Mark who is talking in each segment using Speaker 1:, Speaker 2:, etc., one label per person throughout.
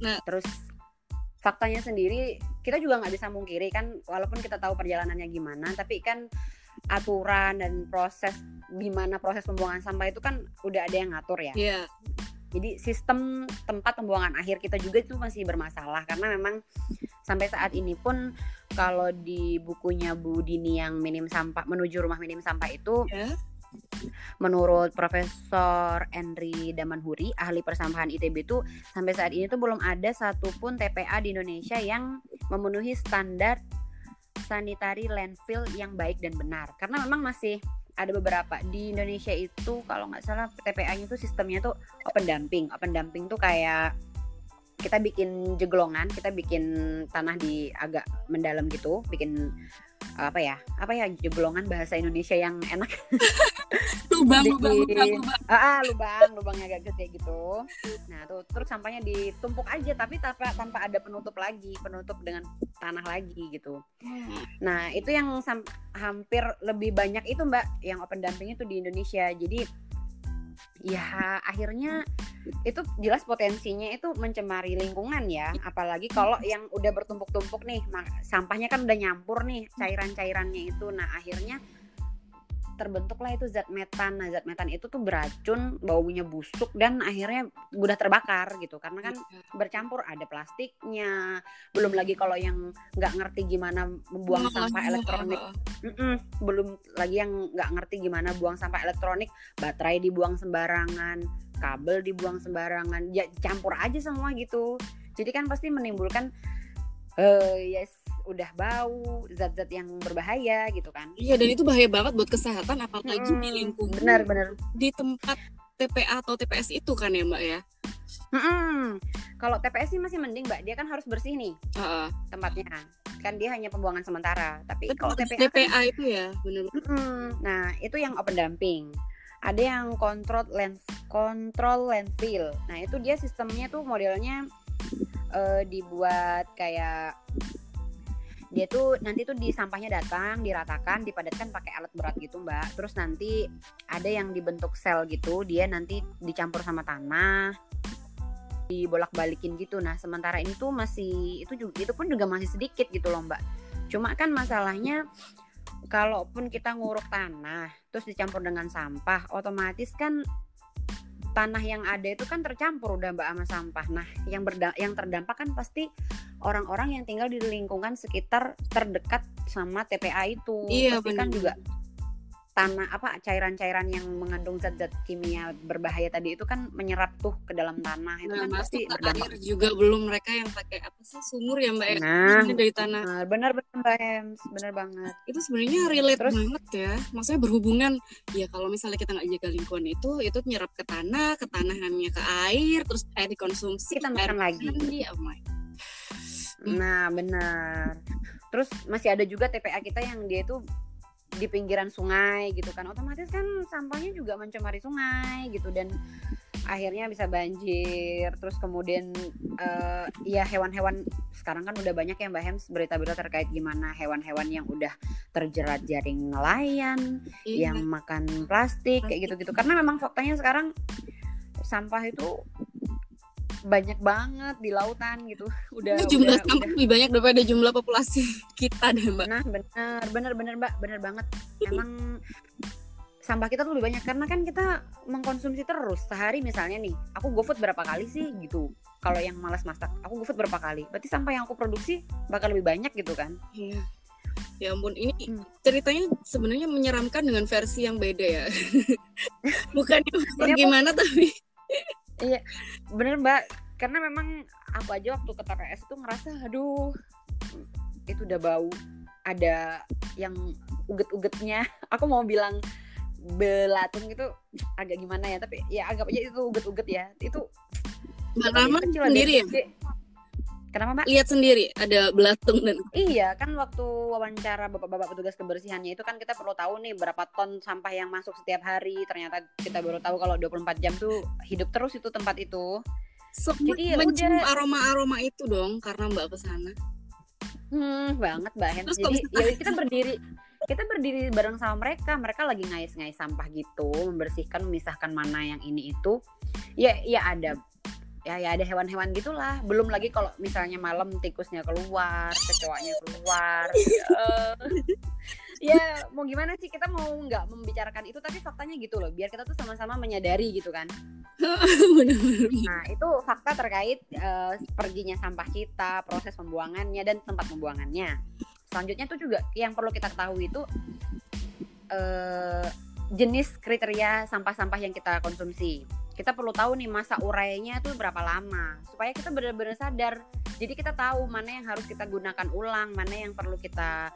Speaker 1: Terus faktanya sendiri kita juga nggak bisa mungkiri kan, walaupun kita tahu perjalanannya gimana, tapi kan aturan dan proses gimana proses pembuangan sampah itu kan udah ada yang ngatur ya.
Speaker 2: Iya.
Speaker 1: Jadi sistem tempat pembuangan akhir kita juga itu masih bermasalah, karena memang sampai saat ini pun kalau di bukunya Bu Dini yang minim sampah menuju rumah minim sampah itu, menurut Profesor Henry Damanhuri, ahli persampahan ITB itu sampai saat ini tuh belum ada satupun TPA di Indonesia yang memenuhi standar sanitary landfill yang baik dan benar. Karena memang masih ada beberapa di Indonesia itu, kalau nggak salah TPA-nya tuh sistemnya tuh open dumping. Open dumping tuh kayak kita bikin jeglongan, kita bikin tanah di agak mendalam gitu, bikin apa ya jeglongan bahasa Indonesia yang enak. lubangnya agak gede gitu. Nah tuh terus sampahnya ditumpuk aja, tapi tanpa ada penutup dengan tanah lagi gitu. Nah itu yang hampir lebih banyak itu Mbak, yang open dumping itu di Indonesia. Jadi ya akhirnya itu jelas potensinya itu mencemari lingkungan ya, apalagi kalau yang udah bertumpuk-tumpuk nih, sampahnya kan udah nyampur nih cairan-cairannya itu. Nah akhirnya terbentuklah itu zat metan. Nah zat metan itu tuh beracun, baunya busuk, dan akhirnya mudah terbakar gitu, karena kan bercampur, ada plastiknya, belum lagi kalau yang nggak ngerti gimana membuang sampah elektronik, belum lagi yang nggak ngerti gimana buang sampah elektronik, baterai dibuang sembarangan, kabel dibuang sembarangan, ya campur aja semua gitu. Jadi kan pasti menimbulkan udah bau, zat-zat yang berbahaya gitu kan.
Speaker 2: Iya, dan itu bahaya banget buat kesehatan, apalagi di lingkungan
Speaker 1: benar.
Speaker 2: di tempat TPA atau TPS itu kan ya Mbak ya.
Speaker 1: Kalau TPS sih masih mending Mbak, dia kan harus bersih nih tempatnya, kan dia hanya pembuangan sementara. Tapi kalau TPA
Speaker 2: kan, itu ya benar.
Speaker 1: Nah itu yang open dumping. Ada yang control landfill. Nah itu dia sistemnya tuh modelnya dibuat kayak dia tuh nanti tuh di sampahnya datang, diratakan, dipadatkan pakai alat berat gitu Mbak. Terus nanti ada yang dibentuk sel gitu, dia nanti dicampur sama tanah, dibolak-balikin gitu. Nah sementara ini tuh masih itu pun juga masih sedikit gitu loh Mbak. Cuma kan masalahnya kalaupun kita nguruk tanah terus dicampur dengan sampah, otomatis kan tanah yang ada itu kan tercampur udah Mbak sama sampah. Nah yang terdampak kan pasti orang-orang yang tinggal di lingkungan sekitar terdekat sama TPA itu.
Speaker 2: Iya,
Speaker 1: pasti kan juga tanah cairan-cairan yang mengandung zat-zat kimia berbahaya tadi itu kan menyerap tuh ke dalam tanah. Itu kan pasti berdampak.
Speaker 2: Air juga belum, mereka yang pakai sumur ya Mbak ya.
Speaker 1: Nah,
Speaker 2: dari tanah.
Speaker 1: Benar Mbak Hems, benar banget.
Speaker 2: Itu sebenarnya relate banget ya. Maksudnya berhubungan ya, kalau misalnya kita nggak jaga lingkungan itu nyerap ke tanah, ketanahnya ke air, terus air dikonsumsi,
Speaker 1: kita makan lagi. Nah benar. Terus masih ada juga TPA kita yang dia itu di pinggiran sungai gitu kan, otomatis kan sampahnya juga mencemari sungai gitu, dan akhirnya bisa banjir. Terus kemudian ya hewan-hewan sekarang kan udah banyak ya Mbak Hems berita-berita terkait gimana hewan-hewan yang udah terjerat jaring nelayan, yang makan plastik kayak gitu-gitu. Karena memang faktanya sekarang sampah itu banyak banget di lautan gitu.
Speaker 2: Jumlah sampah lebih banyak daripada jumlah populasi kita deh Mbak.
Speaker 1: Nah bener Mbak, bener banget. Emang sampah kita tuh lebih banyak karena kan kita mengkonsumsi terus. Sehari misalnya nih, aku GoFood berapa kali sih gitu. Kalau yang malas masak, aku GoFood berapa kali. Berarti sampah yang aku produksi bakal lebih banyak gitu kan.
Speaker 2: Iya. Ya ampun, ini ceritanya sebenarnya menyeramkan dengan versi yang beda ya. Bukan gimana tapi
Speaker 1: iya, bener Mbak. Karena memang aku aja waktu ke TPS itu ngerasa, aduh, itu udah bau. Ada yang uget-ugetnya. Aku mau bilang belatung gitu agak gimana ya, tapi ya anggap aja itu uget-uget ya. Itu
Speaker 2: Mbak Rama sendiri ya?
Speaker 1: Kenapa Mbak?
Speaker 2: Lihat sendiri ada belatung dan
Speaker 1: iya kan waktu wawancara bapak-bapak petugas kebersihannya itu kan kita perlu tahu nih berapa ton sampah yang masuk setiap hari. Ternyata kita baru tahu kalau 24 jam tuh hidup terus itu tempat itu.
Speaker 2: Jadi mencium aroma-aroma itu dong karena Mbak kesana.
Speaker 1: Banget Mbak Hen. Jadi ya kita berdiri bareng sama mereka lagi ngais-ngais sampah gitu, membersihkan, memisahkan mana yang ini itu. Ya ada ya ada hewan-hewan gitulah. Belum lagi kalau misalnya malam tikusnya keluar, kecoaknya keluar. Ya mau gimana sih, kita mau nggak membicarakan itu, tapi faktanya gitu loh, biar kita tuh sama-sama menyadari gitu kan.
Speaker 2: Benar-benar.
Speaker 1: Nah itu fakta terkait perginya sampah kita, proses pembuangannya dan tempat pembuangannya. Selanjutnya tuh juga yang perlu kita ketahui itu jenis kriteria sampah-sampah yang kita konsumsi. Kita perlu tahu nih masa urainya tuh berapa lama, supaya kita benar-benar sadar. Jadi kita tahu mana yang harus kita gunakan ulang, mana yang perlu kita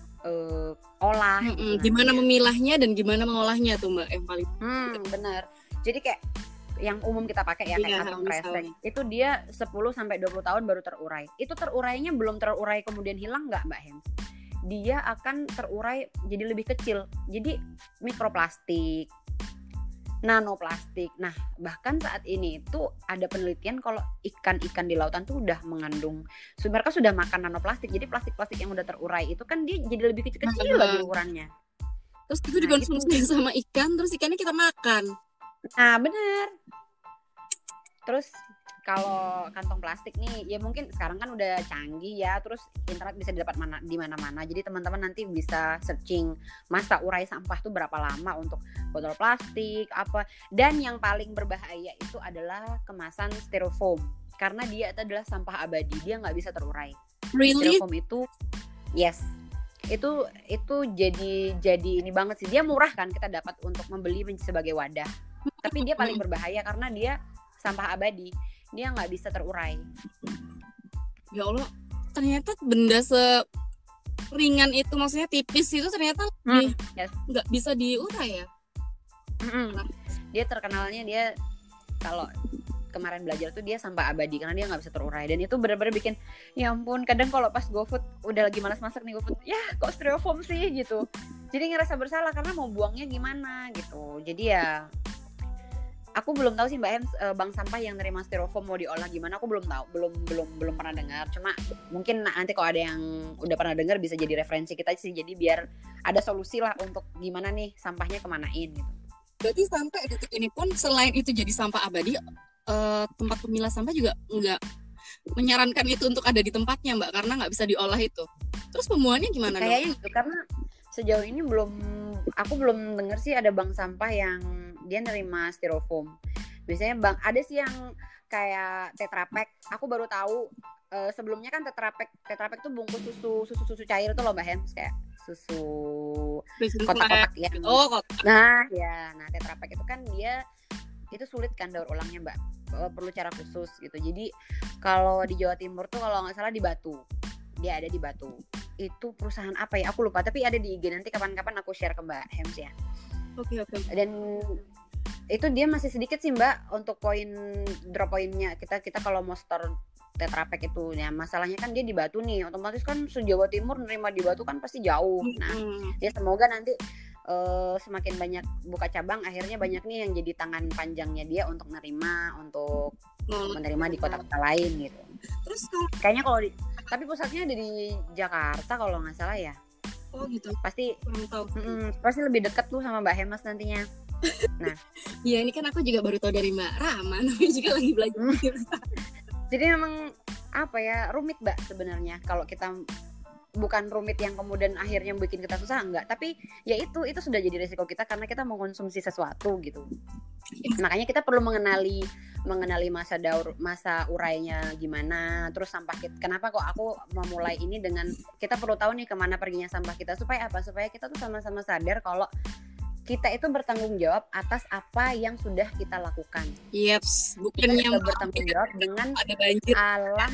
Speaker 1: olah.
Speaker 2: Gimana memilahnya dan gimana mengolahnya tuh Mbak yang paling
Speaker 1: benar. Jadi kayak yang umum kita pakai ya, kayak kantong kresek itu dia 10-20 tahun baru terurai. Itu terurainya belum terurai kemudian hilang nggak Mbak Hems? Dia akan terurai jadi lebih kecil. Jadi mikroplastik, nanoplastik. Nah, bahkan saat ini tuh ada penelitian kalau ikan-ikan di lautan tuh udah mengandung, mereka sudah makan nanoplastik. Jadi plastik-plastik yang udah terurai itu kan dia jadi lebih kecil-kecil lagi ukurannya.
Speaker 2: Terus itu dikonsumsi sama ikan, terus ikannya kita makan.
Speaker 1: Nah, bener. Terus kalau kantong plastik nih, ya mungkin sekarang kan udah canggih ya, terus internet bisa didapat di mana-mana. Jadi teman-teman nanti bisa searching masa urai sampah tuh berapa lama untuk botol plastik apa. Dan yang paling berbahaya itu adalah kemasan styrofoam, karena dia itu adalah sampah abadi, dia nggak bisa terurai.
Speaker 2: Really?
Speaker 1: Styrofoam itu, yes, itu jadi ini banget sih. Dia murah kan kita dapat untuk membeli sebagai wadah, tapi dia paling berbahaya karena dia sampah abadi, dia nggak bisa terurai.
Speaker 2: Ya Allah, ternyata benda seringan itu, maksudnya tipis itu ternyata nggak bisa diurai ya.
Speaker 1: Dia terkenalnya dia kalau kemarin belajar tuh dia sampah abadi karena dia nggak bisa terurai, dan itu benar-benar bikin ya ampun. Kadang kalau pas GoFood udah lagi malas masak nih GoFood, ya kok styrofoam sih gitu. Jadi ngerasa bersalah karena mau buangnya gimana gitu. Jadi ya aku belum tahu sih Mbak Hems, bank sampah yang nerima styrofoam mau diolah gimana, aku belum tahu, belum pernah dengar. Cuma mungkin nanti kalau ada yang udah pernah dengar bisa jadi referensi kita sih, jadi biar ada solusi lah untuk gimana nih sampahnya kemanain gitu.
Speaker 2: Berarti sampai detik ini pun selain itu jadi sampah abadi, tempat pemilah sampah juga nggak menyarankan itu untuk ada di tempatnya Mbak, karena nggak bisa diolah itu. Terus pembuangannya gimana?
Speaker 1: Kayaknya gitu, karena sejauh ini aku belum dengar sih ada bank sampah yang dia nerima styrofoam. Biasanya bank ada sih yang kayak Tetra Pak. Aku baru tahu sebelumnya kan Tetra Pak tuh bungkus susu cair tuh loh Mbak Hems, kayak susu kotak-kotak ya. Nah Tetra Pak itu kan dia itu sulit kan daur ulangnya Mbak, perlu cara khusus gitu. Jadi kalau di Jawa Timur tuh kalau nggak salah di Batu, dia ada di Batu. Itu perusahaan apa ya? Aku lupa. Tapi ada di IG, nanti kapan-kapan aku share ke Mbak Hems ya.
Speaker 2: Oke.
Speaker 1: Dan itu dia masih sedikit sih Mbak untuk drop poinnya. Kita kalau mau store Tetra Pak itu ya, masalahnya kan dia di Batu nih, otomatis kan se-Jawa Timur nerima di Batu kan pasti jauh. Nah, ya semoga nanti semakin banyak buka cabang, akhirnya banyak nih yang jadi tangan panjangnya dia untuk menerima di kota-kota lain gitu.
Speaker 2: Terus
Speaker 1: kayaknya kalau tapi pusatnya ada di Jakarta kalau nggak salah ya.
Speaker 2: Oh gitu.
Speaker 1: Pasti pasti lebih dekat tuh sama Mbak Hemas nantinya. Nah,
Speaker 2: ya ini kan aku juga baru tahu dari Mbak Rama, namanya juga lagi belajar.
Speaker 1: Jadi memang apa ya, rumit Mbak sebenarnya kalau kita, bukan rumit yang kemudian akhirnya bikin kita susah, enggak, tapi ya itu sudah jadi resiko kita karena kita mengkonsumsi sesuatu gitu. Makanya kita perlu mengenali masa urainya gimana, terus sampah kita. Kenapa kok aku memulai ini dengan kita perlu tahu nih kemana perginya sampah kita, supaya apa? Supaya kita tuh sama-sama sadar kalau kita itu bertanggung jawab atas apa yang sudah kita lakukan.
Speaker 2: Yes,
Speaker 1: bukan yang bertanggung jawab dengan
Speaker 2: ada banjir
Speaker 1: alam.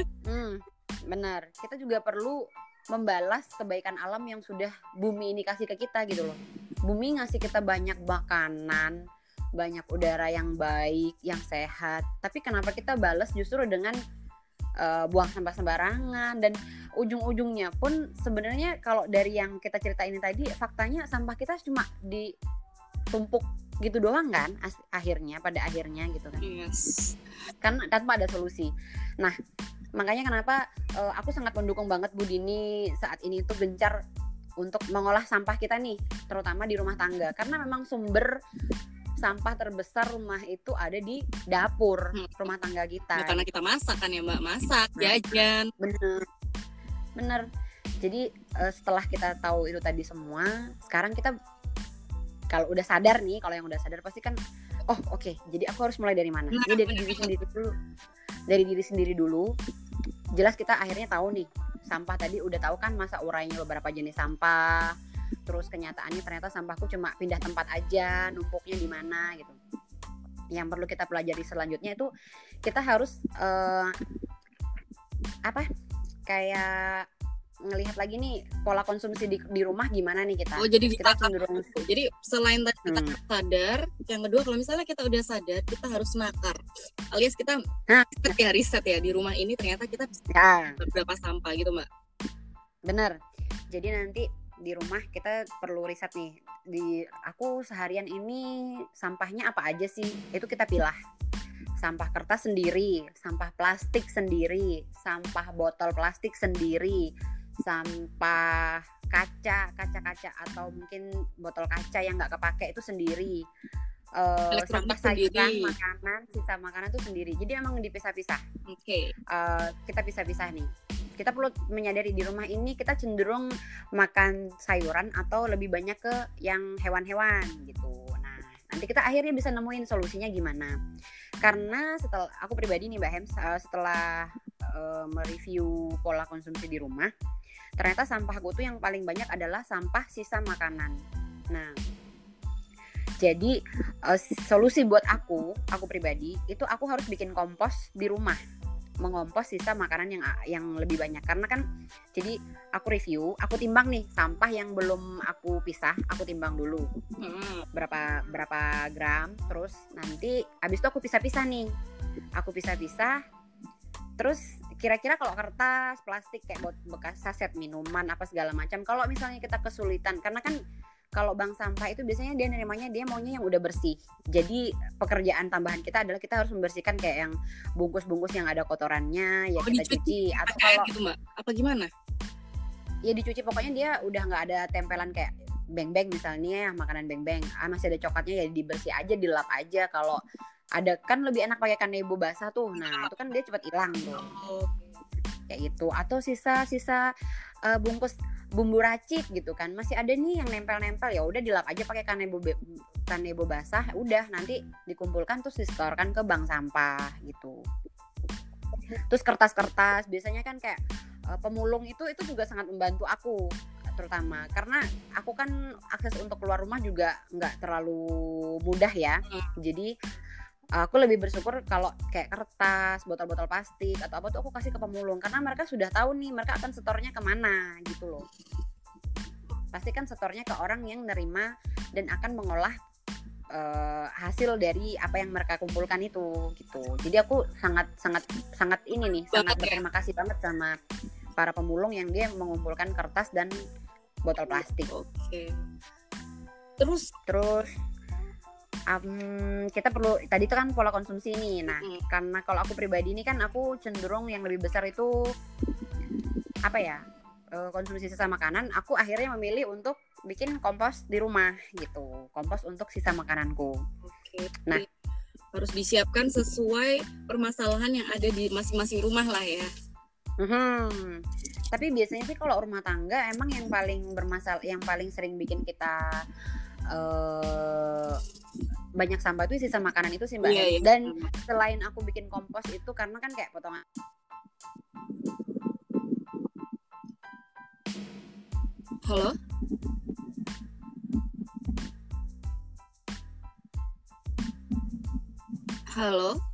Speaker 1: Benar. Kita juga perlu membalas kebaikan alam yang sudah bumi ini kasih ke kita gitu loh. Bumi ngasih kita banyak makanan, banyak udara yang baik, yang sehat. Tapi kenapa kita balas justru dengan buang sampah sembarangan? Dan ujung-ujungnya pun sebenarnya kalau dari yang kita ceritain tadi, faktanya sampah kita cuma ditumpuk gitu doang kan pada akhirnya gitu kan.
Speaker 2: Yes.
Speaker 1: Kan tanpa ada solusi. Nah, makanya kenapa aku sangat mendukung banget Bu Dini saat ini tuh gencar untuk mengolah sampah kita nih, terutama di rumah tangga, karena memang sumber sampah terbesar rumah itu ada di dapur rumah tangga kita.
Speaker 2: Ya, karena kita masak kan ya Mbak, masak, jajan.
Speaker 1: Bener. Jadi setelah kita tahu itu tadi semua, sekarang kita kalau udah sadar nih, kalau yang udah sadar pasti kan, oh oke, jadi aku harus mulai dari mana? Jadi dari diri sendiri dulu. Dari diri sendiri dulu. Jelas kita akhirnya tahu nih, sampah tadi udah tahu kan masa urainya beberapa jenis sampah. Terus kenyataannya ternyata sampahku cuma pindah tempat aja, numpuknya di mana gitu. Yang perlu kita pelajari selanjutnya itu kita harus kayak ngelihat lagi nih pola konsumsi di rumah gimana nih kita.
Speaker 2: Oh, jadi
Speaker 1: kita cenderung.
Speaker 2: Jadi selain tadi kita sadar, yang kedua kalau misalnya kita udah sadar, kita harus nakar. Alias kita riset ya di rumah ini ternyata kita bisa berapa sampah gitu, Mbak.
Speaker 1: Bener. Jadi nanti di rumah kita perlu riset nih. Aku seharian ini sampahnya apa aja sih? Itu kita pilah. Sampah kertas sendiri, sampah plastik sendiri, sampah botol plastik sendiri, sampah kaca atau mungkin botol kaca yang nggak kepake itu sendiri, sampah sayuran, makanan, sisa makanan itu sendiri. Jadi memang dipisah-pisah. Kita pisah-pisah nih. Kita perlu menyadari di rumah ini kita cenderung makan sayuran atau lebih banyak ke yang hewan-hewan gitu. Nah, nanti kita akhirnya bisa nemuin solusinya gimana. Karena setelah aku pribadi nih Mbak Hems, setelah mereview pola konsumsi di rumah, ternyata sampahku tuh yang paling banyak adalah sampah sisa makanan. Nah, jadi solusi buat aku pribadi itu aku harus bikin kompos di rumah, mengompos sisa makanan yang lebih banyak. Karena kan jadi aku review, aku timbang nih sampah yang belum aku pisah, aku timbang dulu berapa gram, terus nanti abis itu aku pisah-pisah nih, aku pisah-pisah. Terus kira-kira kalau kertas, plastik kayak bekas saset minuman apa segala macam, kalau misalnya kita kesulitan, karena kan kalau bank sampah itu biasanya dia nerimanya dia maunya yang udah bersih. Jadi pekerjaan tambahan kita adalah kita harus membersihkan kayak yang bungkus-bungkus yang ada kotorannya, ya kita cuci. Atau kalau
Speaker 2: gitu Mbak, apa gimana?
Speaker 1: Ya dicuci, pokoknya dia udah nggak ada tempelan kayak beng-beng misalnya, makanan beng-beng. Masih ada coklatnya ya dibersih aja, dilap aja. Kalau ada kan lebih enak pakai kanebo basah tuh. Nah itu kan dia cepat hilang tuh. Kayak gitu. Atau sisa-sisa bungkus bumbu racik gitu kan, masih ada nih yang nempel-nempel, ya udah dilap aja pakai kanebo basah, udah nanti dikumpulkan terus disetorkan ke bank sampah gitu. Terus kertas-kertas biasanya kan kayak pemulung itu juga sangat membantu aku, terutama karena aku kan akses untuk keluar rumah juga nggak terlalu mudah ya. Jadi aku lebih bersyukur kalau kayak kertas, botol-botol plastik atau apa tuh aku kasih ke pemulung, karena mereka sudah tahu nih mereka akan setornya kemana gitu loh. Pasti kan setornya ke orang yang nerima dan akan mengolah hasil dari apa yang mereka kumpulkan itu gitu. Jadi aku sangat ini nih, sangat berterima kasih banget sama para pemulung yang dia mengumpulkan kertas dan botol plastik. Terus kita perlu, tadi itu kan pola konsumsi nih. Nah, karena kalau aku pribadi ini kan aku cenderung yang lebih besar itu konsumsi sisa makanan. Aku akhirnya memilih untuk bikin kompos di rumah gitu, kompos untuk sisa makananku. Nah,
Speaker 2: harus disiapkan sesuai permasalahan yang ada di masing-masing rumah lah ya.
Speaker 1: Tapi biasanya sih kalau rumah tangga emang yang paling bermasalah, yang paling sering bikin kita banyak sampah itu sisa makanan itu sih Mbak.
Speaker 2: Iya.
Speaker 1: Dan selain aku bikin kompos itu karena kan kayak potongan.
Speaker 2: Halo?